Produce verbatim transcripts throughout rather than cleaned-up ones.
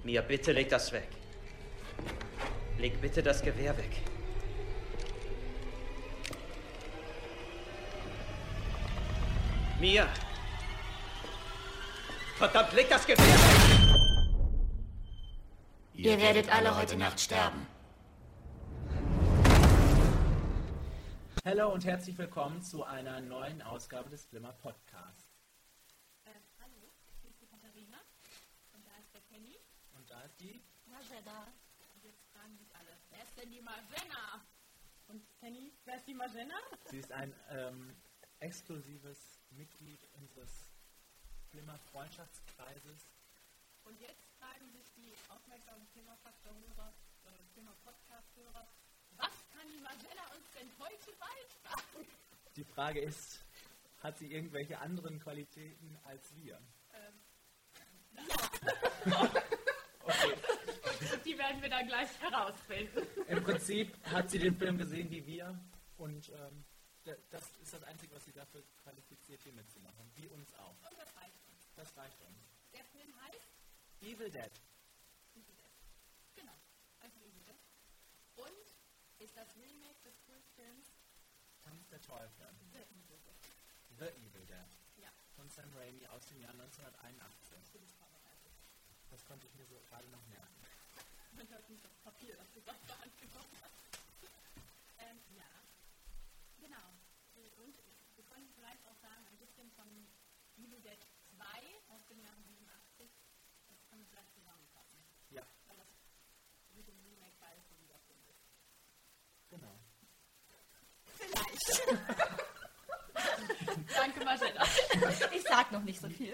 Mia, bitte leg das weg. Leg bitte das Gewehr weg. Mia! Verdammt, leg das Gewehr weg! Ihr werdet alle heute Nacht sterben. Hallo und herzlich willkommen zu einer neuen Ausgabe des Glimmer Podcasts. Äh, hallo, hier ist die Katharina und da ist der Kenny. Und da ist die Magena. Und jetzt fragen sich alle, wer ist denn die Magena? Und Kenny, wer ist die Magena? Sie ist ein ähm, exklusives Mitglied unseres Glimmer Freundschaftskreises. Und jetzt fragen sich die aufmerksamen Klimmerfaktor-Hörer, äh, Klimmer-Podcast-Hörer, was kann die Magena uns denn heute beitragen? Die Frage ist, hat sie irgendwelche anderen Qualitäten als wir? Ähm, ja. Okay. Die werden wir dann gleich herausfinden. Im Prinzip hat sie den Film gesehen wie wir und ähm, das ist das Einzige, was sie dafür qualifiziert, hier mitzumachen. Wie uns auch. Und das reicht uns. Das reicht uns. Der Film heißt Evil Dead. Evil Dead. Genau, also Evil Dead. Und ist das Remake des Kultfilms Tanz der Teufel. The Evil Dead. The Evil Dead. Ja. Von Sam Raimi aus dem Jahr neunzehnhunderteinundachtzig. Das konnte ich mir so gerade noch merken. Man hört nicht das Papier, das du gerade beantwortet hast. ähm, ja. Genau. Und wir können vielleicht auch sagen, ein bisschen von Evil Dead zwei aus dem Jahr siebenundachtzig. Das können wir vielleicht zusammenfassen. Ja. Weil das mit dem Remake beides so wiederfindet. Genau. Vielleicht. Danke, Marcella. Ich sag noch nicht so viel.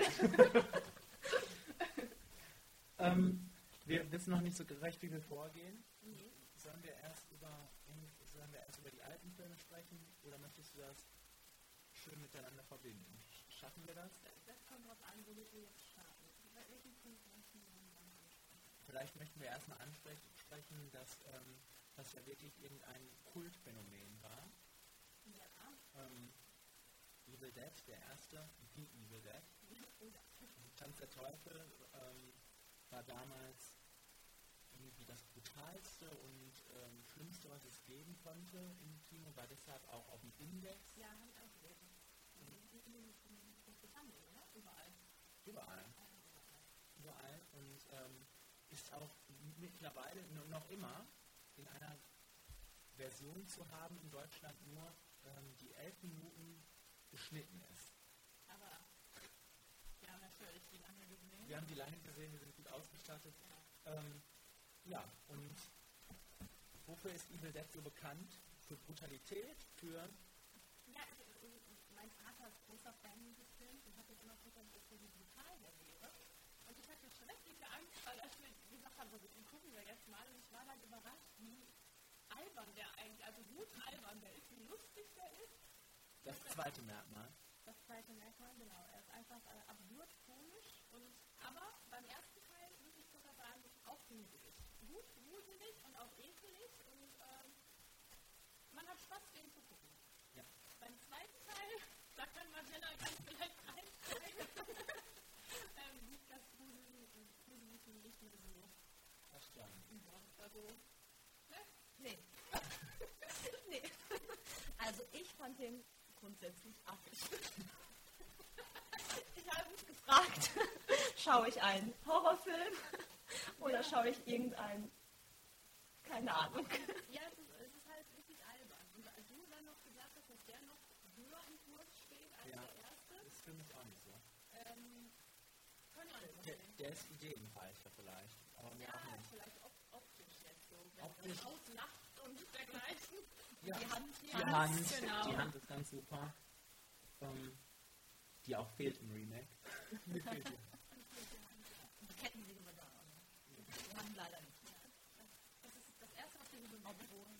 ähm, wir wissen noch nicht so recht, wie wir vorgehen. Nee. Sollen wir erst über, sollen wir erst über die alten Filme sprechen oder möchtest du das schön miteinander verbinden? Schaffen wir das? Das kommt drauf an, wo wir jetzt starten. Bei welchen Punkt möchten wir dann ansprechen? Vielleicht möchten wir erstmal ansprechen, dass ähm, das ja wirklich irgendein Kultphänomen war. Ja. Ähm, Evil Dead, der erste, die Evil Dead. Oh ja. Tanz der Teufel ähm, war damals irgendwie das brutalste und ähm, schlimmste, was es geben konnte im Kino, war deshalb auch auf dem Index. Ja, habe ich auch gelesen. In, in, in Großbritannien, oder? Überall. Überall. Überall. Und ähm, ist auch mittlerweile noch immer in einer Version zu haben in Deutschland nur, ähm, die elf Minuten geschnitten ist. Aber wir haben natürlich die lange gesehen. Wir haben die lange gesehen, wir sind gut ausgestattet. Ja, ähm, ja und wofür ist Evil Dead so bekannt? Für Brutalität, für... Ja, mein Vater ist großer Fan dieses Films und hat jetzt immer gesagt, dass er so brutal der wäre. Und ich hatte schreckliche Angst, weil als wir gesagt haben, also, den gucken wir jetzt mal. Und ich war dann überrascht, wie albern der eigentlich, also gut albern der ist, wie lustig der ist. Das zweite Merkmal. Das zweite Merkmal, genau. Er ist einfach äh, absurd komisch, und, aber beim ersten Teil würde ich sogar sagen, auch gruselig. Gut, gruselig und auch ekelig, und ähm, man hat Spaß, den zu gucken. Ja. Beim zweiten Teil, da kann Marcella ganz vielleicht einsteigen, ähm, liegt das Gruselig nicht mehr so. Verstanden. Also, ne? Nee. Nee. Also ich fand den grundsätzlich affig. Ich habe mich gefragt, schaue ich einen Horrorfilm oder schaue ich irgendeinen, keine Ahnung. Ja, es ist, es ist halt richtig albern. Und als du dann noch gesagt hast, dass der noch höher im Kurs steht als ja, der erste, das ist für mich auch nicht so. ähm, kann ich nicht Der, sehen. der ist ideenreicher vielleicht, aber mehr Ja, auch nicht. vielleicht op optisch jetzt so. Optisch. Auslacht und dergleichen. Ja. Die Hand, Die Hand, genau. die Hand ist ganz super. Ähm, die auch fehlt im Remake. Die Ketten sind immer da. Die Hand leider nicht. Das ist das erste, was wir so bekommen.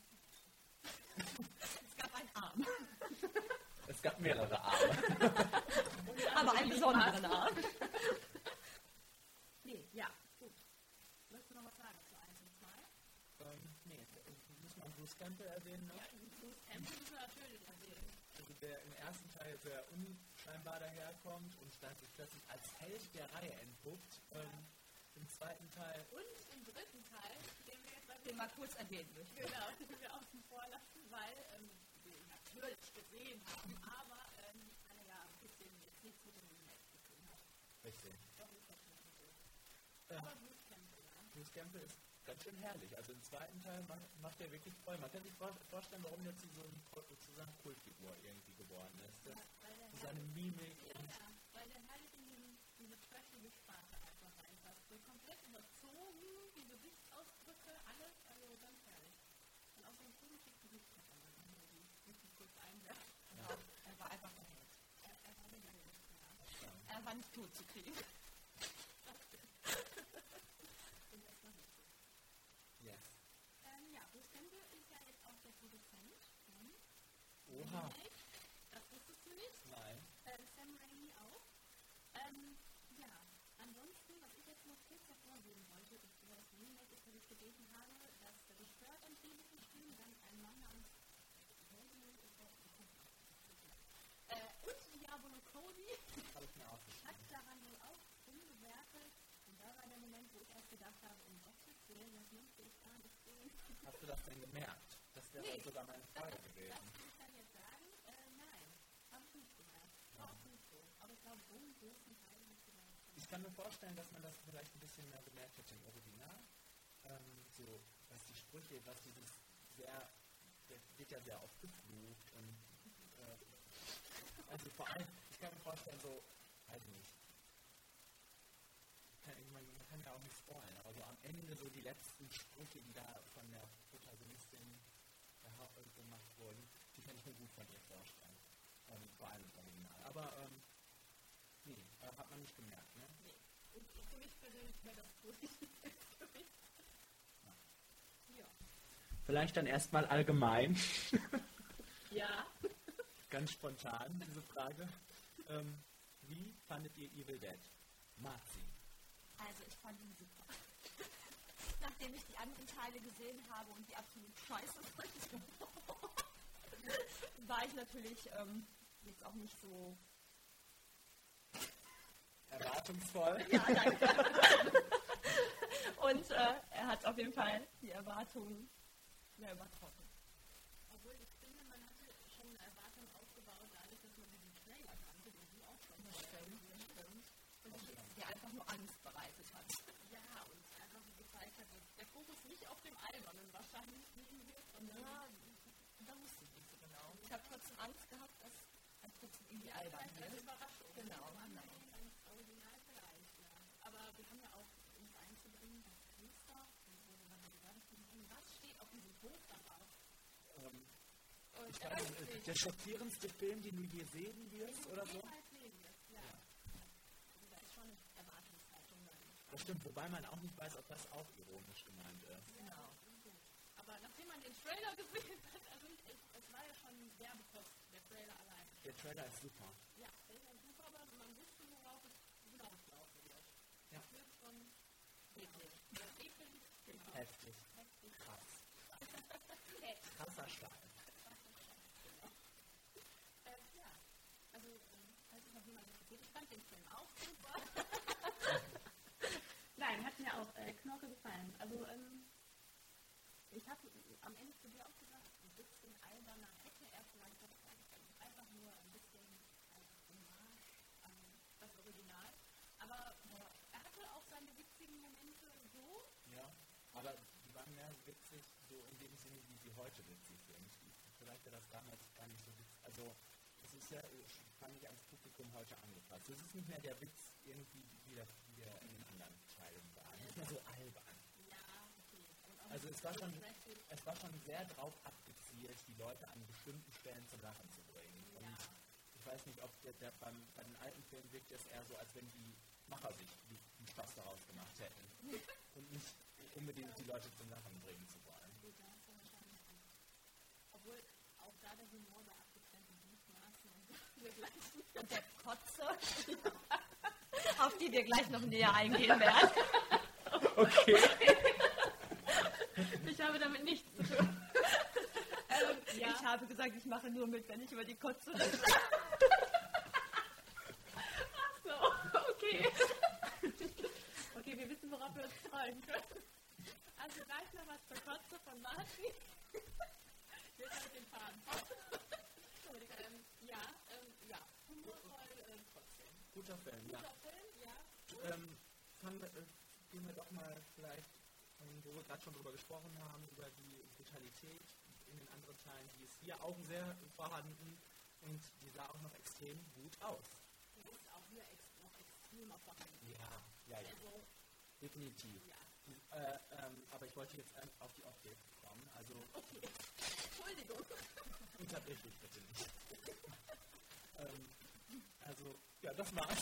Es gab einen Arm. Es gab mehrere Arme. Aber einen besonderen Arm. Nee, ja, gut. Möchtest du noch was sagen zu eins und zwei? Ähm, nee, muss man Bruce Campbell erwähnen noch? Ja, Bruce Campbell müssen wir natürlich erwähnen. Also der im ersten Teil sehr unscheinbar daherkommt und dann sich plötzlich als Held der Reihe entpuppt. Ähm, Im zweiten zweiten Teil. Und im dritten Teil, den wir jetzt Den mal kurz erwähnen möchten. genau, den wir außen vor lassen, weil ähm, wir ihn natürlich gesehen haben, aber ähm, eine ja ein bisschen jetzt nichts mit dem Remake zu tun hat. Richtig. Doch nicht das mit so. Ja. Aber Bruce Campbell, ja. Bruce Campbell ist ganz schön herrlich. Also im zweiten Teil macht, macht er wirklich Freude. Man kann sich vor, vorstellen, warum der zu so, einem, zu so einer Kultfigur irgendwie geworden ist. Das, Ja, weil der so seine Mimik. Ja, Und ja, weil der herrlich in diesen, diese trashige Sprache einfach reinpasst. So komplett überzogen, die Gesichtsausdrücke, alles, also ganz herrlich. Und auch so ein komisches Gesicht hat er dann irgendwie. Richtig kurz einwerfen. Ja. Er war einfach der Held. Er, er war der Held, ja. Er war nicht tot zu kriegen. Und das war richtig. yes. Ähm, ja, Bruce Campbell ist ja jetzt auch der Produzent von Oha. Remake. Das wusstest du nicht? Nein. Ähm, Sam Raimi auch. Ähm, ja, ansonsten, was ich jetzt noch kurz hervorheben wollte, ist über das Remake, ist, dass ich gelesen habe, dass der Gestört am Drehbuch geschrieben, dann ein Mann namens äh, und Diabolo Cody Habe ich mir aufgeschrieben. hat daran wohl auch umgewerkelt. Und da war der Moment, wo ich erst gedacht habe, um Gottes Willen, das möchte ich gar nicht sehen. Hast du das denn gemerkt? Das wäre Nee. sogar meine Frage gewesen. Das ich kann jetzt sagen, äh, nein, habe ich nicht gemerkt. War auch nicht so. Aber ich glaube, so einen großen Teil nicht gemerkt. Ich kann mir vorstellen, dass man das vielleicht ein bisschen mehr gemerkt hätte im Original. Ähm, so, was die Sprüche, was dieses sehr, der wird ja sehr oft geflucht und äh, also vor allem, ich kann mir vorstellen, so, weiß nicht, kann, man, man kann ja auch nicht spoilern, aber so am Ende so die letzten Sprüche, die da von der Protagonistin äh, gemacht wurden, die kann ich mir gut von ihr vorstellen. Ähm, vor allem im Original. Aber, ähm, nee, äh, hat man nicht gemerkt, ne? Nee. Und für mich persönlich wäre das positiv gewesen. Ja. Vielleicht dann erstmal allgemein, Ja. ganz spontan, diese Frage. Ähm, wie fandet ihr Evil Dead? Marzi. Also ich fand ihn super. Nachdem ich die anderen Teile gesehen habe und die absolut scheiße fand, war ich natürlich ähm, jetzt auch nicht so... Erwartungsvoll. Ja, danke. Und äh, er hat auf jeden Fall die Erwartungen sehr übertroffen. Obwohl ich finde, man hatte schon eine Erwartung aufgebaut, dadurch, dass man diesen Trailer kannte, den du auch schon Das stimmt, das stimmt. Und die einfach nur Angst bereitet hat. Ja, und einfach gezeigt hat, dass der Fokus nicht auf dem Albernen wahrscheinlich liegen wird, sondern Ja, da wusste ich nicht so genau. Ich habe trotzdem Angst gehabt, dass er trotzdem irgendwie albern vielleicht als wird. Überraschung. Genau, Am genau. Anfang ganz original vielleicht, ja. Aber wir haben ja auch uns einzubringen, das Poster, wo wir dann gesagt haben, was steht auf diesem Poster drauf? Ähm, Und ich er weiß, weiß äh, nicht. der schockierendste Film, den du je sehen wirst, oder so? Jemals sehen wirst, ja. Also da ist schon eine Erwartungshaltung dann. Das stimmt, wobei man auch nicht weiß, ob das auch ironisch gemeint ist. Genau. Aber nachdem man den Trailer gesehen hat, also es, es war ja schon Werbepost, der Trailer allein. Der Trailer ist super. Ja, der ist ja super, aber man wusste, worauf es hinauslaufen wird. Ja. Das wird schon eklig. Ja, eklig, genau. Heftig. Heftig. Krass. Äh, Krasser Stall. äh, ja, also, ähm, falls es noch jemand interessiert, ich fand den Film auch super. Nein, hat mir auch äh, Knorke gefallen. Also, ähm, ich habe am Ende zu dir auch gesagt, ein bisschen alberner hätte er vielleicht auch sein können. Einfach nur ein bisschen als Hommage an das Original. Aber äh, er hatte auch seine witzigen Momente so. Ja, aber die waren mehr witzig, so in dem Sinne, wie sie heute witzig sind. Vielleicht wäre das damals gar nicht so witzig. Also, es ist ja, fand ich, ans Publikum heute angepasst. Es ist nicht mehr der Witz irgendwie, wie der, wie der in den anderen Teilen war. Nicht mehr so albern. Ja, okay. Und auch Also nicht es war so schon, trashig. es war schon sehr drauf abgezielt, die Leute an bestimmten Stellen zum Lachen zu bringen. Und Ja. ich weiß nicht, ob der, der beim, bei den alten Filmen wirkt es eher so, als wenn die Macher sich die, den Spaß daraus gemacht hätten. Und nicht unbedingt die Leute zum Lachen bringen zu wollen. Gut, da hast du wahrscheinlich recht. Obwohl auch da der Humor bei abgetrennten Gliedmaßen und dergleichen. Und der Kotze, auf die wir gleich noch näher eingehen werden. Okay. Ich habe damit nichts zu tun. Ähm, Ja. Ich habe gesagt, ich mache nur mit, wenn ich über die Kotze rede. So, okay. Okay, wir wissen, worauf Horrorfilm freuen können. Also gleich noch was zur Kotze von Martin. Jetzt habe ich den Faden. ähm, ja, ähm, ja, humorvoll äh, trotzdem. Guter Film, ja. Guter Film, ja. Ähm, fangen wir, äh, gehen wir doch mal vielleicht, ähm, wo wir gerade schon drüber gesprochen haben, über die Brutalität in den anderen Teilen, die ist hier auch sehr vorhanden und die sah auch noch extrem gut aus. Die ist auch hier ex noch extremer vorhanden. Ja, ja, ja. Also, Definitiv. ja. Äh, ähm, aber ich wollte jetzt ähm, auf die Optik kommen, also Okay, Entschuldigung. unterbrich mich bitte nicht. ähm, also, ja, das war's.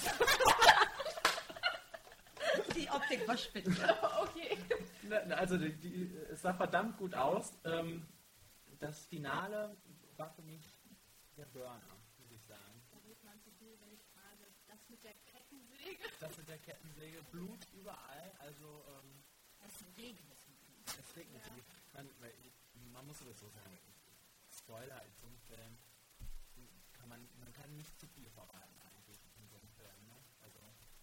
Die Optik war spitze. Okay. Ne, ne, Also, die, die, es sah verdammt gut aus. Ähm, das Finale war für mich der Burner, muss ich sagen. Da wird man zu viel, wenn ich frage, das mit der Kettensäge. Das mit der Kettensäge, Blut überall, also ähm, Es regnet. es regnet. Ja. Ja. Man, weil, man muss sowieso sagen, Spoiler in so einem Film, kann man, man kann nicht zu viel verraten eigentlich in so einem Film. Ne? Also,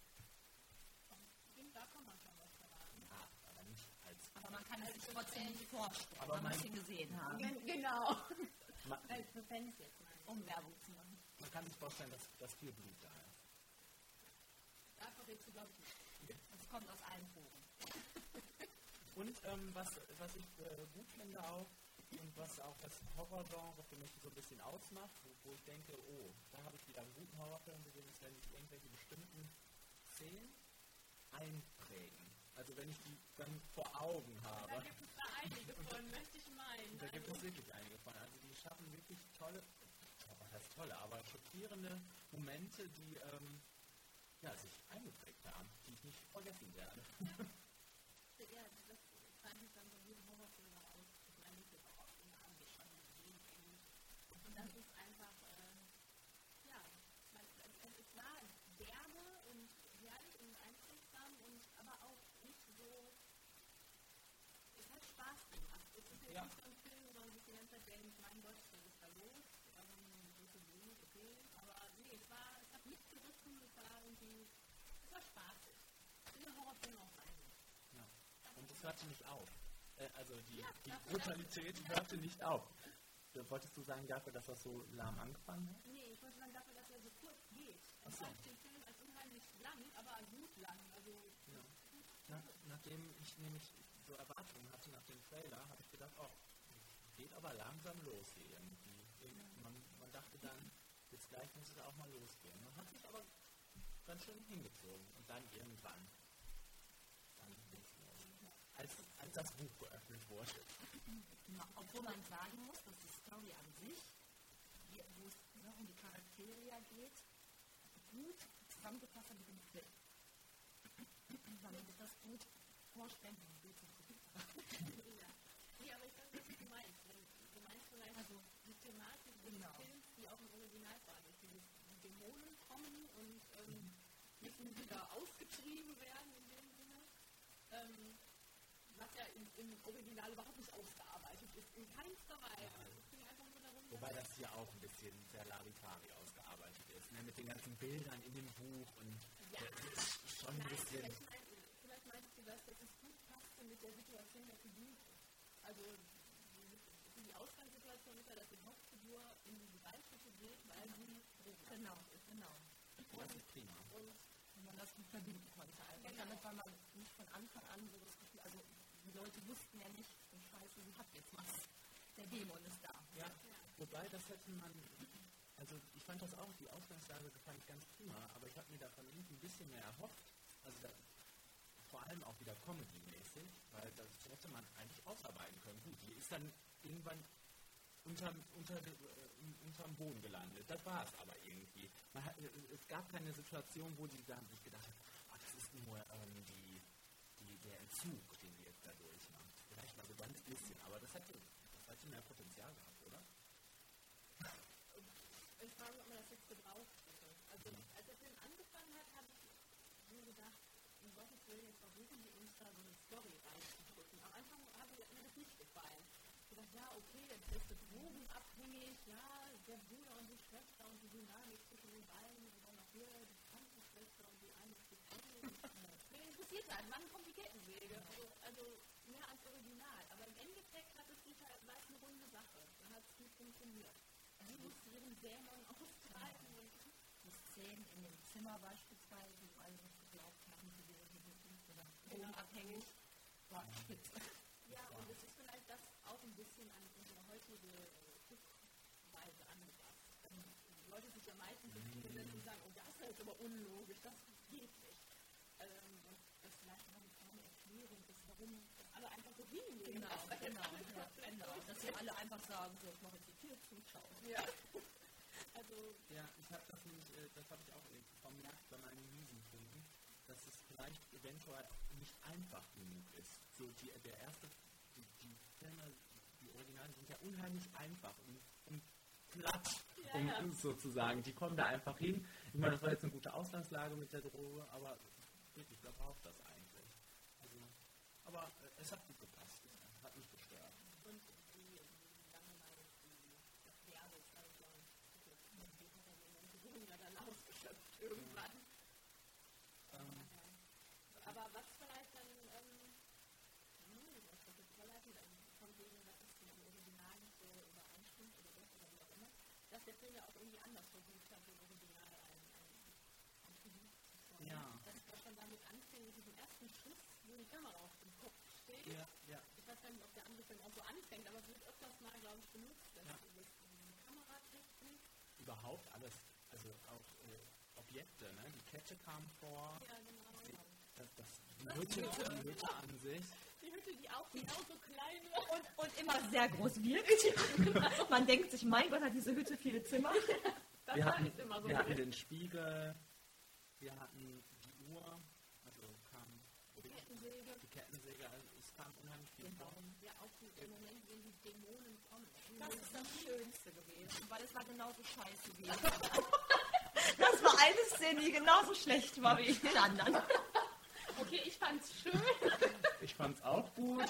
Da kann man schon was verraten. ja, aber nicht als... Aber man kann es sich trotzdem nicht vorstellen. Aber man mein- muss ihn gesehen haben, Gen genau. Man, Also für Fans jetzt mal. um Werbung zu machen. man kann sich vorstellen, dass, dass viel Blut da ist. Davon redest du, glaube ich, nicht. Es kommt aus allen Foren. Und ähm, was, was ich äh, gut finde auch, und was auch das Horrorgenre für mich so ein bisschen ausmacht, wo, wo ich denke, oh, da habe ich wieder einen guten Horrorfilm gesehen, ist, wenn sich irgendwelche bestimmten Szenen einprägen. Also wenn ich die dann vor Augen Da habe. gibt es da einige von, möchte ich meinen. Da gibt Also, es wirklich einige von. Also die schaffen wirklich tolle, was heißt tolle, aber schockierende Momente, die ähm, ja, sich eingeprägt haben, die ich nicht vergessen werde. ja, das zeichnet dann so jeden Horrorfilm auch aus. Ich meine, das ist auch in der Arbeit schon gesehen, eigentlich. Und das ist einfach, äh, ja, man, es, es war derbe und herrlich und einprägsam und aber auch nicht so, es hat Spaß gemacht. Es ist jetzt Ja. nicht so ein Film, wo man sich die ganze Zeit denkt, mein Gott, was ist da los? Ähm, so viel Blut, okay. Aber nee, es war, es hat mitgerissen, es war irgendwie, es war spaßig. Wie ein Horrorfilm auch sein muss. Ja. Und das hörte nicht auf. Äh, also die, Ja, die dafür- Brutalität hörte nicht auf. Äh, Wolltest du sagen dafür, dass das so lahm angefangen hat? Nee, ich wollte sagen, dafür, dass er so kurz geht. Ach Ich so. fand den Film als unheimlich lang, aber gut lang. Also, Ja. Nach, nachdem ich nämlich so Erwartungen hatte nach dem Trailer, habe ich gedacht, oh, geht aber langsam los hier irgendwie. Irgend- Man, man dachte dann, jetzt gleich muss es auch mal losgehen. Man hat sich aber ganz schön hingezogen. Und dann irgendwann, dann ging's los. Als, als das Buch geöffnet wurde. Na, obwohl man sagen muss, dass die Story an sich, die, wo es noch um die Charaktere ja geht, gut zusammengefasst hat mit dem Film. Man muss sich das gut vorstellen, wie ein Bild zum Kopie. ja. Nee, aber ich weiß nicht, was du meinst. Du meinst vielleicht Also, die Thematik des genau. Films, die auch im Original vorhanden ist. Dieses Dämonen kommen und ähm, müssen wieder ausgetrieben werden in dem Sinne. Ähm, was ja im, im Original überhaupt nicht ausgearbeitet ist. In keinster Weise. Es ging einfach nur darum, Wobei das hier auch ein bisschen sehr Larifari ausgearbeitet ist. Ne? Mit den ganzen Bildern in dem Buch und Ja. äh, schon ein Nein, bisschen... vielleicht, mein, vielleicht meinst du, dass das es gut passte mit der Situation der Figur. Also die, die Ausgangssituation ist ja, dass die Hauptfigur in die Gewaltschritte geht, weil sie Genau, genau. Das ist prima. und Wenn man das gut verbinden konnte. Also Genau. damit war man nicht von Anfang an so das Gefühl, also die Leute wussten ja nicht, oh Scheiße, sie hat jetzt was. Der Dämon ist da. Ja, wobei das hätte man... Also ich fand das auch, die Ausgangslage fand ich ganz prima, aber ich habe mir davon irgendwie ein bisschen mehr erhofft. Also da, vor allem auch wieder Comedy-mäßig, weil das hätte man eigentlich ausarbeiten können. Gut, die ist dann irgendwann unterm, unter, äh, unterm Boden gelandet. Das war es aber irgendwie. Man hat, äh, es gab keine Situation, wo die dann sich gedacht hat, oh, das ist nur ähm, die, die, der Entzug, den sie jetzt da durchmacht. Vielleicht mal so ganz bisschen, aber das hätte, das hätte mehr Potenzial gehabt, oder? ich frage mich, ob man das jetzt gebraucht hätte. Also als der Film angefangen hat, habe ich mir gedacht, um Gottes Willen, jetzt versuchen die uns da so eine Story reinzudrücken. Am Anfang hat mir das nicht gefallen. Ich dachte, ja, okay, jetzt ist das drogenabhängig, ja, der Bruder und die Schwester und die Dynamik zwischen den beiden und dann noch hier die Krankenschwester und die eine ist die Mir interessiert halt, wann kommt die Kettensäge? Dämon austreiben. Und Die Szenen in dem Zimmer beispielsweise, wo alle noch geglaubt haben, sie wären hier sind oder drogenabhängig, war spitze. ja, und es ist vielleicht das auch ein bisschen an unsere heutige äh, Guckweise angepasst. Ähm, die Leute sich ja meistens ins Kino setzen und sagen, oh, das ist jetzt aber unlogisch, das geht nicht. Ähm, und das vielleicht noch eine kleine Erklärung ist, warum das alle einfach so hingehen. Genau, genau, ja, genau. Dass sie alle einfach sagen, so, ich mache jetzt die Tür zuschauen. Ja. Also, Ja, ich habe das nämlich, äh, das habe ich auch irgendwie vermerkt bei meinen Wiesenfilmen, dass es vielleicht eventuell nicht einfach genug ist. So die, der erste, die, die Filme, die Originale sind ja unheimlich einfach und, und platt, Ja, um ja. sozusagen. Die kommen da einfach hin. Ich meine, das war jetzt eine gute Ausgangslage mit der Droge, aber wirklich, wer braucht das eigentlich? Also, aber äh, es hat gut gepasst, es hat mich gestört. und die, die lange mal die das Werbe ist also so ein die hat er den Gehirn ja dann ausgeschöpft irgendwann. Ähm, Aber was vielleicht dann, ähm, hm, was das jetzt relativ von wegen, was ist mit dem Original nicht so übereinstimmt oder das oder wie auch immer, dass der Film ja auch irgendwie anders versucht hat, dem Original ein, ein, ein Tribut zu zollen. Ja. Dass es schon damit anfängt, mit diesem ersten Schuss, wo die Kamera auf dem Kopf steht. ja, ja. Ich weiß gar nicht, ob der andere Film auch so anfängt, aber es wird öfters mal, glaube ich, benutzt, dass Ja. dieses, diese Kameratechnik. Überhaupt alles, also auch äh, Objekte, ne? Die Kette kam vor, Ja, genau. das, das, die, Hütte, die Hütte an sich. Die Hütte, die auch genauso klein wird. Und, und immer sehr groß wirkt. Man denkt sich, mein Gott, hat diese Hütte viele Zimmer. Das Wir war hatten, nicht immer so. wir hatten den Spiegel, wir hatten die Uhr, also kam Die Kettensäge. die Kettensäge, also es kam unheimlich viel vor. Ja, auch im Moment, wenn die Dämonen kommen. Das ist das Schönste gewesen, weil es war genauso scheiße wie Das war eine Szene, die genauso schlecht war wie die anderen. Okay, ich fand's schön. Ich fand's auch gut.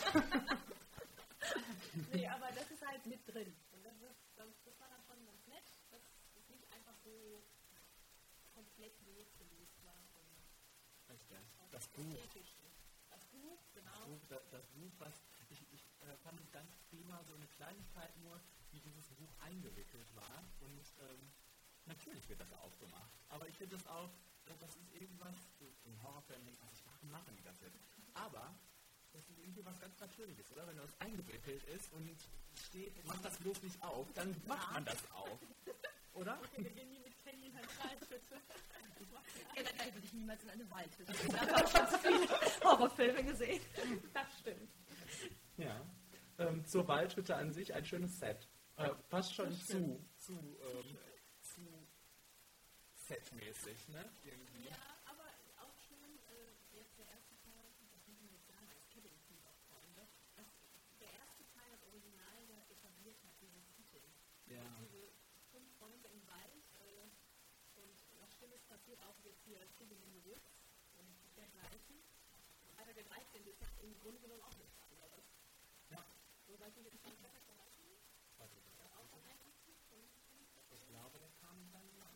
Nee, aber das ist halt mit drin. Und das, ist, das, das war dann schon ganz nett, dass es nicht einfach so komplett losgelöst war. Und Richtig. Das Buch. das Buch, genau. Buch, das, das Buch, was ich, ich äh, fand es ganz prima, so eine Kleinigkeit nur, wie dieses Buch eingewickelt war. Und ähm, natürlich wird das aufgemacht. Aber ich finde das auch, äh, das ist irgendwas, so im Horrorfilm denkt man sich, warum machen die das jetzt? Aber das ist irgendwie was ganz Natürliches, oder? Wenn das eingewickelt ist und steht, macht das bloß nicht auf, dann macht man das auf. Oder? Okay, wir gehen nie mit Kenny in eine Waldhütte. Generell würde ich niemals in eine Waldhütte gehen. Da habe ich schon zu viele Horrorfilme gesehen. Das stimmt. Ja. Ähm, zur Waldhütte an sich ein schönes Set. Äh, passt schon zu, zu, ähm, zu setmäßig, ne? Irgendwie. Ja, aber auch schön, äh, jetzt der erste Teil, das müssen wir jetzt sagen, als Cabin Fever Freunde, dass der erste Teil, das Original, der etabliert hat, dieses Titel. Ja. Diese fünf Freunde im Wald, äh, und was Schlimmes passiert auch jetzt hier als Cabin in the Woods und dergleichen. Aber der dreizehnte ist ja im Grunde genommen auch nichts anderes. Ja. So weiß ich jetzt nicht, was der dreizehnte ist. Warte, Auch von einundachtzig? ich glaube, der kam dann nach.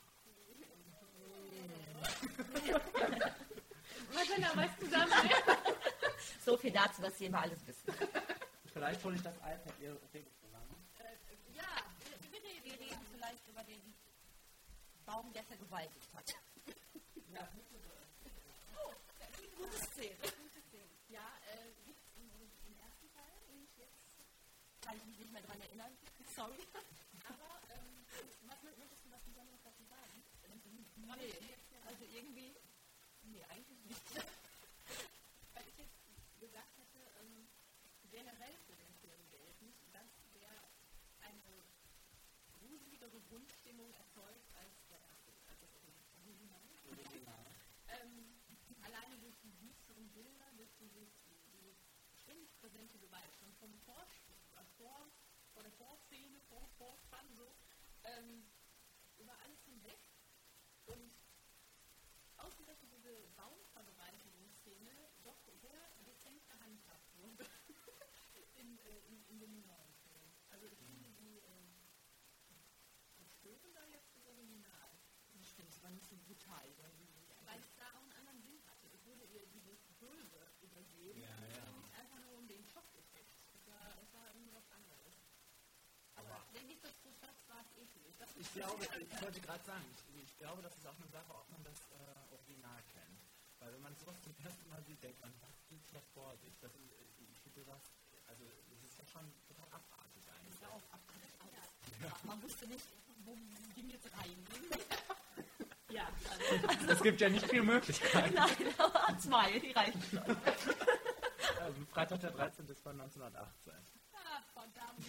Martina, weißt du da So viel dazu, dass Sie immer alles wissen. Vielleicht hole ich das iPad, ihr redet zusammen. Ja, wir, wir reden. Wir reden vielleicht über den Baum, der vergewaltigt hat. Ja. Oh, gute Szene. Ja, äh, gibt es im, im ersten Teil, nämlich jetzt. Kann ich mich nicht mehr daran erinnern. Sorry. Aber, ähm, was möchtest du was Besonderes dazu sagen? Nee, also irgendwie, nee, eigentlich nicht. Weil ich jetzt gesagt hätte, ähm, generell für den Film gelten, dass der eine gruseligere Grundstimmung erzeugt als der erste, als das Original. Ähm, alleine durch die düsteren Bilder, durch dieses, dieses ständig präsente Gewalt, schon vom Vorspiel, vor, vor der Vorszene, vor Vorspann, so, ähm, über alles hinweg. Und ausgerechnet diese Baumvergewaltigungsszene doch sehr dezent gehandhabt wurde in, äh, in, in dem neuen Film. Also ich finde die äh, verstörender jetzt das Original. Das stimmt, es war nicht so brutal. Weil es da auch einen anderen Sinn hatte. Es wurde ihr dieses Böse übergeben. Ja, ja. Und nicht einfach nur um den Schockeffekt. Es war, es war irgendwie was anderes. Aber Aber- wenn nicht das so war es eklig. Das Ich glaube, ich wollte gerade sagen, ich, ich glaube, das ist auch eine Sache, ob man das äh, Original kennt. Weil wenn man sowas zum ersten Mal sieht, denkt man, was geht hier vor sich? Das ist, ich finde das, also das ist ja schon total abartig eigentlich. Ja, auch abartig alles. Ja. Man wusste nicht, wo die jetzt reingehen. Ja, also. Es gibt ja nicht viele Möglichkeiten. Nein, aber zwei, die reichen schon. Also Freitag der dreizehnte ist von neunzehnhundertachtzehn. Ah, verdammt.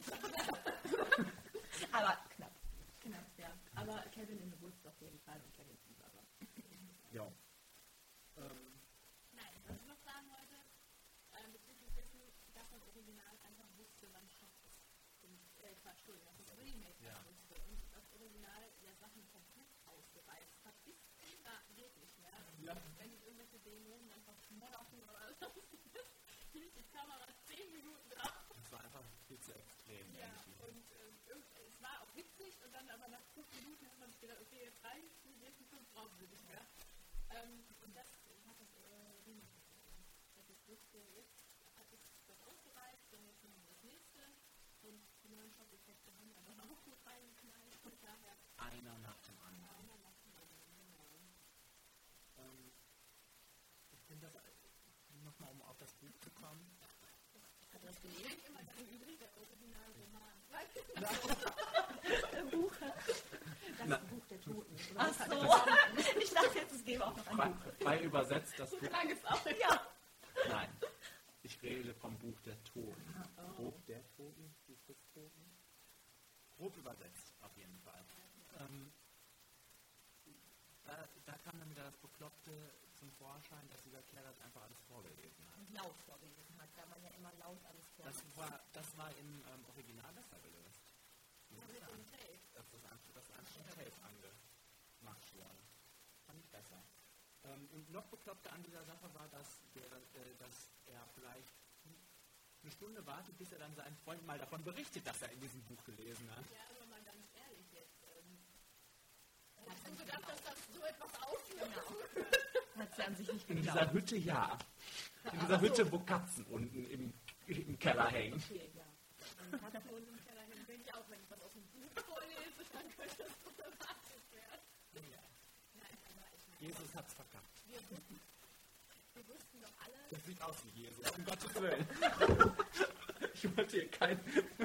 Aber knapp. Knapp, ja. Aber Kevin in the Woods auf jeden Fall und Kevin in aber. Ja. Ähm. Nein, was ich noch sagen wollte, äh, bezüglich dessen, dass man original einfach wusste, wann Schock ist. Und, äh, Quatsch, Entschuldigung, dass das Remake Ja. wusste. Und das Original ja Sachen komplett ausgereizt hat, bis da geht nicht mehr. Ja. Wenn ich irgendwelche Dämonen einfach schmodderten oder sonstiges, hielt die Kamera zehn Minuten drauf. Das war einfach viel zu extrem. Ja, irgendwie. und ähm, es war auch witzig und dann aber nach fünf Minuten hat man sich gedacht, okay, jetzt reicht es, die nächsten fünf brauchen wir nicht mehr. Ähm, und das hat das äh, Remake gefunden. Dass ich wusste, jetzt hat es das ausgereizt und jetzt machen wir das nächste. Und die neuen Schockeffekte haben wir dann auch gut reingeknallt. Und daher Einer nach dem anderen. einer nach dem anderen, genau. Ähm, ich finde das, nochmal um auf das Buch zu kommen. Hat er das Ich gelesen? denke immer, das ist übrigens der Originalroman. Das Buch. Das Na. Buch der Toten. Ach so. Ich dachte jetzt, es gäbe auch noch ein Frei, Buch. frei übersetzt das Buch. Lang ist auch. Ja. Nein. Ich rede vom Buch der Toten. Grob der Toten? Buch des Toten? Grob übersetzt, auf jeden Fall. Ähm, da, da kam dann wieder das Bekloppte zum Vorschein, dass dieser Kerl das einfach alles vorgelesen hat. Laut vorgelesen hat, da man ja immer laut alles Das vorgelesen war, das war im ähm, Original besser gelöst. Ja, mit dem Tape. Das ist einfach das einfach Tape angemacht worden. Fand ich besser. Ähm, und noch bekloppter an dieser Sache war, dass, der, äh, dass er vielleicht eine Stunde wartet, bis er dann seinen Freunden mal davon berichtet, dass er in diesem Buch gelesen hat. Ja, aber mal ganz ehrlich jetzt. Ähm, hast du gedacht, dass das so etwas aufnimmt? Genau. Hat sie an sich nicht In geglaubt. dieser Hütte ja. In dieser Hütte, wo Katzen unten im, im Keller hängen. Okay, ja. Und Katzen unten im Keller hin, denke ich auch, wenn ich was aus dem Buch vorlese, dann könnte das problematisch werden. Ja. Nein, aber ich meine, Jesus hat's verkackt. wir wussten, wir wussten doch alle, Das sieht aus wie Jesus, um Gottes Willen. Ich wollte hier kein...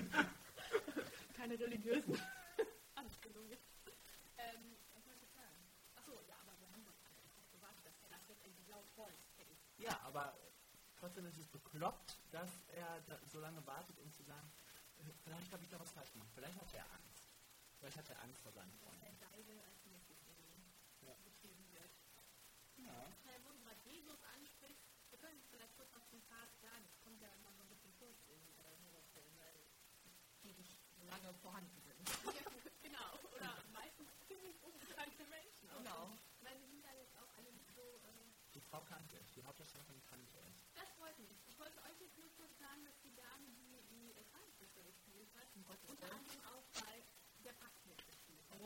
Keine religiösen. alles gelungen. Ähm, was wollte ich sagen? Achso, ja, aber wir haben doch darauf gewartet, dass er das jetzt endlich laut vorliest. Ja, aber trotzdem ist es bekloppt, dass er da so lange wartet, um zu sagen, äh, vielleicht habe ich da was falsch gemacht. Vielleicht hat er Angst. Vielleicht hat er Angst vor seinen Freunden. Der Geige als nächstes irgendwie Ja. beschrieben wird. Ja. Äh, wo du gerade Jesus ansprichst, wir können jetzt vielleicht kurz auf den Part sagen, es kommt ja immer so ein bisschen kurz in äh, Horrorfilmen, weil Die nicht so lange vorhanden sind. genau, oder meistens ziemlich unbekannte Menschen. auch. Genau. Ich meine, wir sind ja jetzt auch alle nicht so, äh, Die Frau kannte ich, die Hauptdarstellerin kannte ich. das freut mich. Ich wollte euch jetzt nur kurz sagen, dass die Dame, die die äh, Krankenschwester gespielt hat, Um Gottes unter Willen. anderem auch bei der Pakt mitgespielt hat.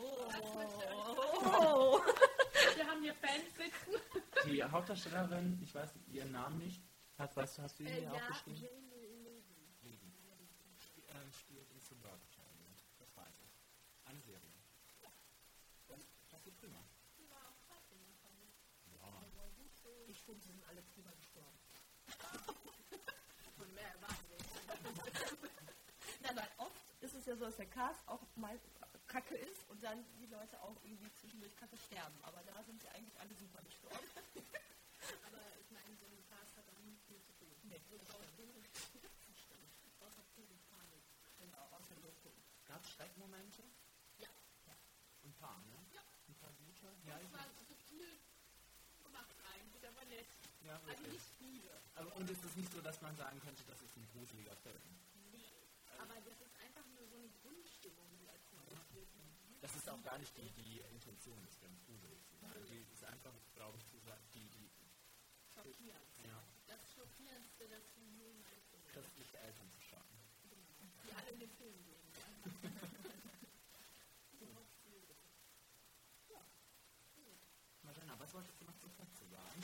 Oh. Wir haben hier Fans sitzen. Die Hauptdarstellerin, ich weiß ihren Namen nicht. Hast, weißt du, hast du ihn Äh, hier ja, aufgeschrieben? Jamie Levy. Levy. Sp- äh, spielt in Suburban Child. Das weiß ich. Eine Serie. Das, das geht prima. Die war auch krass, die fand ich. Ja. Ich finde, sie sind alle drüber gestorben. Von mehr erwarten wir nicht. Nein, nein, oft ist es ja so, dass der Cast auch mal Kacke ist und dann die Leute auch irgendwie zwischendurch Kacke sterben. Aber da sind sie eigentlich alle super gestorben. Aber ich meine, so ein Cast hat auch nicht viel zu tun. Nee, Und auch außer pure Panik. Genau, außer Loco. Gab es Schreckmomente? Ja. Ein paar, ne? Ja. Ein paar gute? Ja, Es ich war subtil gemacht eigentlich, aber nett. ja Also wirklich. nicht viele. Aber, und es ist nicht so, dass man sagen könnte, das ist ein gruseliger Film. Nee. Aber das ist einfach nur so eine Grundstimmung, die erzeugt wird. Das ist auch gar nicht die, die Intention des Films, gruselig zu sein. Die ist einfach, glaube ich, zu sagen, die, die Schockierend. ja, Das Schockierendste, das die jemals gesehen christliche Eltern zu schaffen. haben. Die alle in den Film gehen. Ja. Marjana, was wolltest du noch zur Katze sagen?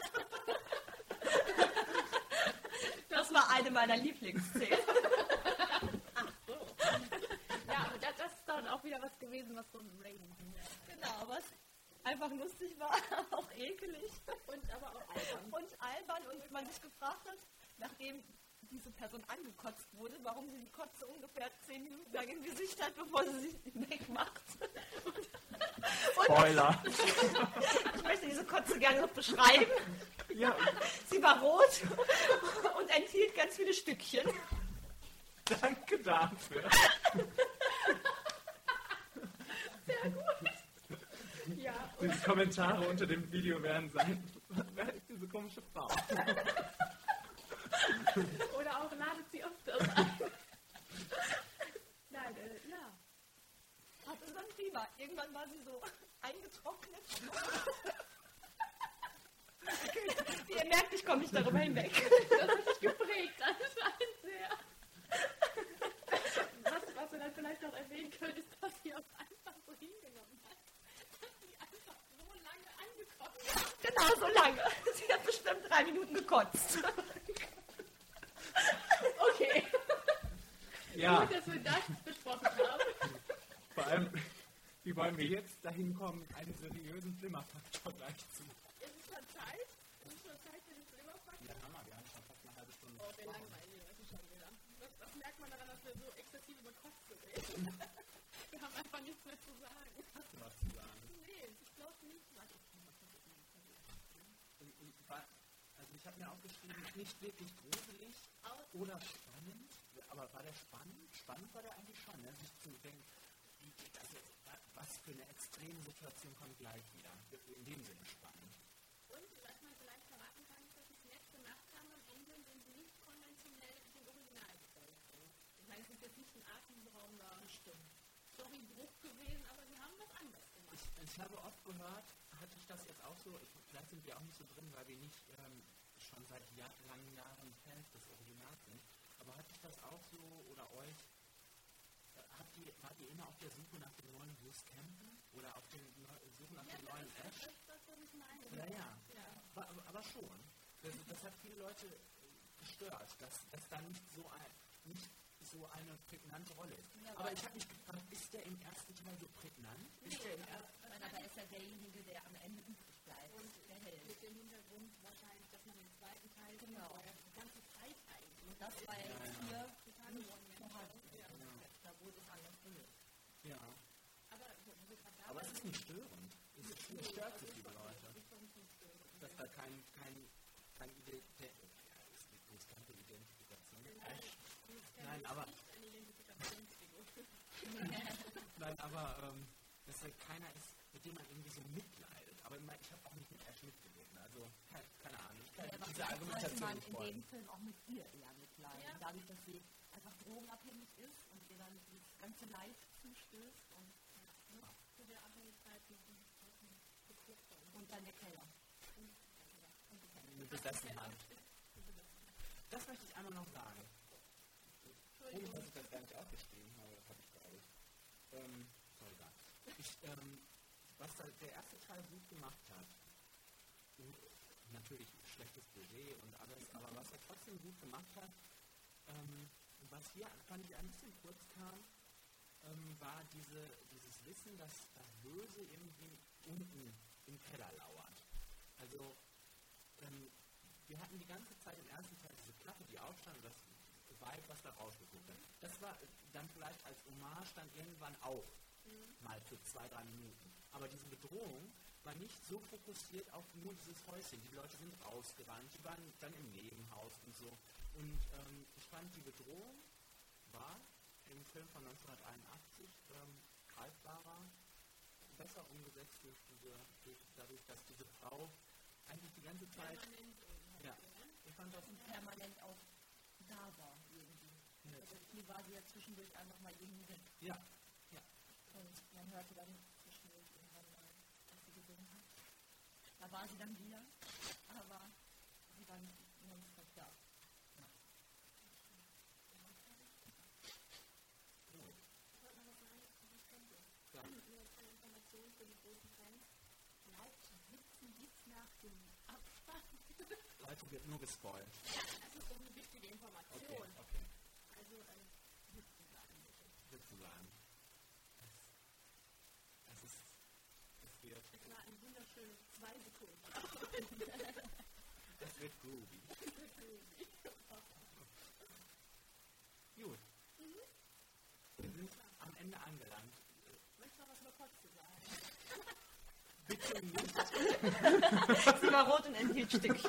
Das war eine meiner Lieblingsszenen. Ja, aber das, das ist dann auch wieder was gewesen, gewesen, was so ein Rating Genau, was einfach lustig war, auch ekelig. Und aber auch albern. Und albern und man sich gefragt hat, nachdem diese Person angekotzt wurde, warum sie die Kotze ungefähr zehn Minuten lang im Gesicht hat, bevor sie sich wegmacht. Spoiler. Ich möchte diese Kotze gerne noch beschreiben. Ja, Sie war rot und enthielt ganz viele Stückchen. danke dafür. Sehr gut. Ja, Die Kommentare unter dem Video werden sein, wer ist diese komische Frau? oder auch ladet sie öfters ein. Nein, äh, ja. Hatte dann prima. Irgendwann war sie so eingetrocknet. Wie ihr merkt, ich komme nicht darüber hinweg. Das hat dich geprägt, anscheinend sehr. Was, was wir dann vielleicht noch erwähnen können, ist, dass sie auch einfach so hingenommen hat, dass sie einfach so lange angekotzt hat. Genau so lange. Sie hat bestimmt drei Minuten gekotzt. Okay, Ja, gut, dass wir das besprochen haben. vor allem, wie wollen wir jetzt dahin kommen, einen seriösen Flimmerfaktor gleich zu. Ist es schon Zeit? Ist es schon Zeit für den Flimmerfaktor? Ja, Hammer, wir haben schon fast eine halbe Stunde Oh, wir langweilen die Leute schon wieder. Das, das merkt man daran, dass wir so exzessiv über Kotze reden. Wir haben einfach nichts mehr zu sagen. Hast du was zu sagen? Nee, ich glaube nicht. Warte, ich kann mal kurz in den Und- und war- Also ich habe mir aufgeschrieben, nicht wirklich gruselig oder spannend. Aber war der spannend? Spannend war der eigentlich schon, ne? Sich zu denken, wie geht das jetzt? Was für eine extreme Situation kommt gleich wieder. In dem Sinne spannend. Und was man vielleicht verraten kann, ist, dass sie es nett gemacht haben am Ende, wenn sie nicht konventionell den Original gefolgt sind. Ich meine, es ist jetzt nicht ein atemberaubender Storybruch gewesen, aber sie haben was anderes gemacht. Ich, ich habe oft gehört, hatte ich das jetzt auch so, ich, vielleicht sind wir auch nicht so drin, weil wir nicht ähm, schon seit Jahr, langen Jahren Fans des Originals sind, aber hatte ich das auch so oder euch, äh, habt ihr, wart ihr immer auf der Suche nach dem neuen Bruce Campbell oder auf der Suche nach dem neuen Ash? Das ist das, was ich meine. Ja, ja, Ja. War, aber, aber schon. Das, das hat viele Leute äh, gestört, dass, dass da nicht so, ein, nicht so eine prägnante Rolle ist. Ja, aber ich habe mich gefragt, ist der im ersten Teil so prägnant? Ist der im ersten Nein, aber er ist ja derjenige, der am Ende übrig bleibt. Und der Held. Mit dem Hintergrund wahrscheinlich, dass man den zweiten Teil Genau. die ganze Zeit eigentlich. Und das war ja jetzt hier total nicht One-Man. vorhanden. Ja. Da wurde es anders benutzt. Ja. Aber wo wir gerade da Aber es waren, ist nicht störend. Es ist es stört so viele Leute. Dass da kein, kein, kein Ide der, ja, es gibt bloß keine Identifikation. Ash. Nein, aber, nicht eine Identifikationsfigur. nein, aber ähm, dass da keiner ist, mit dem man irgendwie so mitleidet. Aber ich, mein, ich habe auch nicht mit Ash mitgelitten. Also, keine, keine Ahnung. Ich kann Ja, aber diese vielleicht sollte Argumentation man nicht in folgen. dem Film auch mit ihr eher mitleiden. Ja. Dadurch, dass sie einfach drogenabhängig ist und ihr dann dieses ganze Leid zustößt und, Zu der Abhängigkeit mit dem Beklopfer. und dann der Keller. Eine Besessenheit. Das möchte ich einmal noch sagen. Ohne dass ich das gar nicht aufgeschrieben habe, das habe ich glaube ich. Ähm, sorry, egal. Ich, ähm, was da der erste Teil gut gemacht hat, und natürlich schlechtes Budget und alles, aber was er trotzdem gut gemacht hat, ähm, was hier fand ich ein bisschen kurz kam, ähm, war diese, dieses Wissen, dass das Böse irgendwie unten im Keller lauert. Also, ähm, wir hatten die ganze Zeit im ersten Teil diese Klappe, die aufstand, und das Vibe, was da rausgeguckt hat. Das war dann vielleicht als Hommage dann irgendwann auch mhm. mal für zwei, drei Minuten. Aber diese Bedrohung war nicht so fokussiert auf nur dieses Häuschen. Die Leute sind rausgerannt, die waren dann im Nebenhaus und so. Und ähm, ich fand, die Bedrohung war im Film von neunzehnhunderteinundachtzig ähm, greifbarer, besser umgesetzt durch diese, durch, dadurch, dass diese Frau eigentlich die ganze Zeit... Ja, ich fand das permanent auch da war irgendwie. Ja. Also hier war sie ja zwischendurch einfach mal irgendwie weg. Ja, ja. Und man hörte dann zwischendurch irgendwann mal, dass sie gesungen hat. Da war sie dann wieder, aber sie war nicht nonstop da. Ja. Ich wollte noch was sagen, ich könnte. Ja. Nur als eine Information für die großen Fans. Bleibt sitzen bis nach dem Abspann. Heute wird nur gespoilt. Ja, das ist doch eine wichtige Information. Okay, okay. Also, ähm, sitzen bleiben bitte. Sozusagen. Groovy. Gut. Wir sind am Ende angelangt. Möchtest du noch was über Kotze sagen? Bitte nicht. Sie war rot und enthielt Stückchen.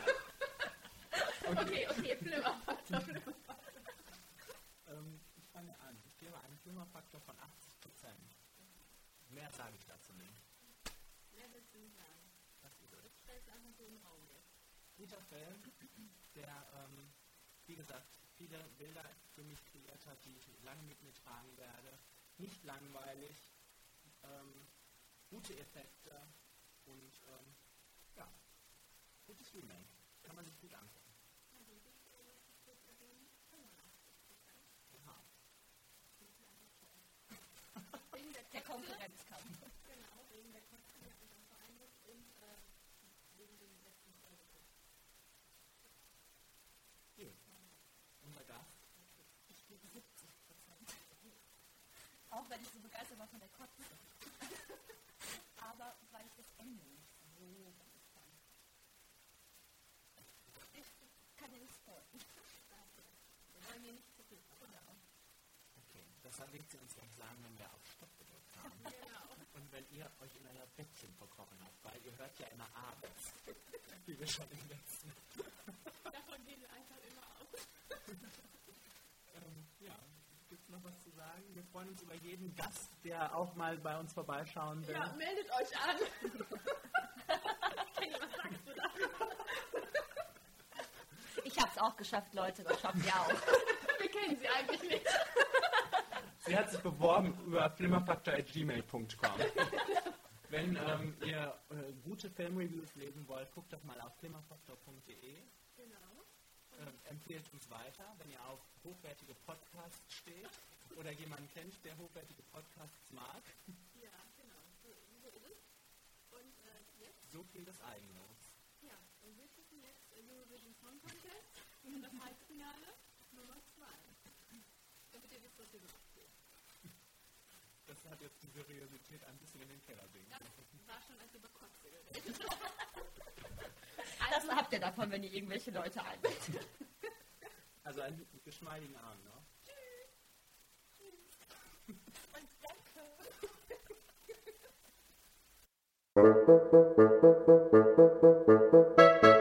Okay, okay, Flimmerfaktor, Flimmerfaktor. Ähm, ich fange an. Ich gebe einen Flimmerfaktor von achtzig Prozent. Mehr sage ich dazu nicht. Mehr willst du nicht sagen. Das ist es. Das stellst du einfach so im Raum jetzt. Guter Film, der, ähm, wie gesagt, viele Bilder für mich kreiert hat, die ich lange mit mir tragen werde. Nicht langweilig, ähm, gute Effekte und ähm, ja, gutes Remake. Kann man sich gut angucken. Aha. Wegen der Der Konkurrenzkampf. Genau, wegen der Kotze, die hat mich auch beeindruckt und äh, wegen dem letzten Folge. Gut. Unser Gast. Ich gebe siebzig Prozent. Auch wenn ich so begeistert war von der Kotze. Aber weil ich das Ende nicht so gut fand. Ich kann dir nicht spoilern. Wir wollen hier nicht zu viel verraten. Okay, das legt sie uns gleich sagen, wenn wir auf Stopp gedrückt haben. Genau. Und wenn ihr euch in euer Bettchen verkrochen habt, weil ihr hört ja immer abends, wie wir schon im letzten. Davon gehen wir einfach immer aus. ähm, ja, gibt es noch was zu sagen? Wir freuen uns über jeden Gast, der auch mal bei uns vorbeischauen will. Ja, meldet euch an. Kenny, was sagst du da? Ich hab's auch geschafft, Leute. Das schafft ihr auch. Wir kennen sie eigentlich nicht. Sie hat sich beworben über flimmerfaktor at gmail punkt com. Wenn ähm, ihr äh, gute Filmreviews lesen wollt, guckt doch mal auf flimmerfaktor punkt de. Genau. Ähm, empfehlt uns weiter, wenn ihr auf hochwertige Podcasts steht oder jemanden kennt, der hochwertige Podcasts mag. Ja, genau. So, so ist es. Und äh, jetzt? So viel des Eigenlob. Ja, und wir gucken jetzt Eurovision Song Contest und das Halbfinale Nummer zwei. Damit ihr wisst, was hier gemacht wird. Das hat jetzt die Seriosität ein bisschen in den Keller sinken. Das war schon, als über Kotze geredet. Das habt ihr davon, wenn ihr irgendwelche Leute einlädt. Also einen geschmeidigen Abend noch. Und danke.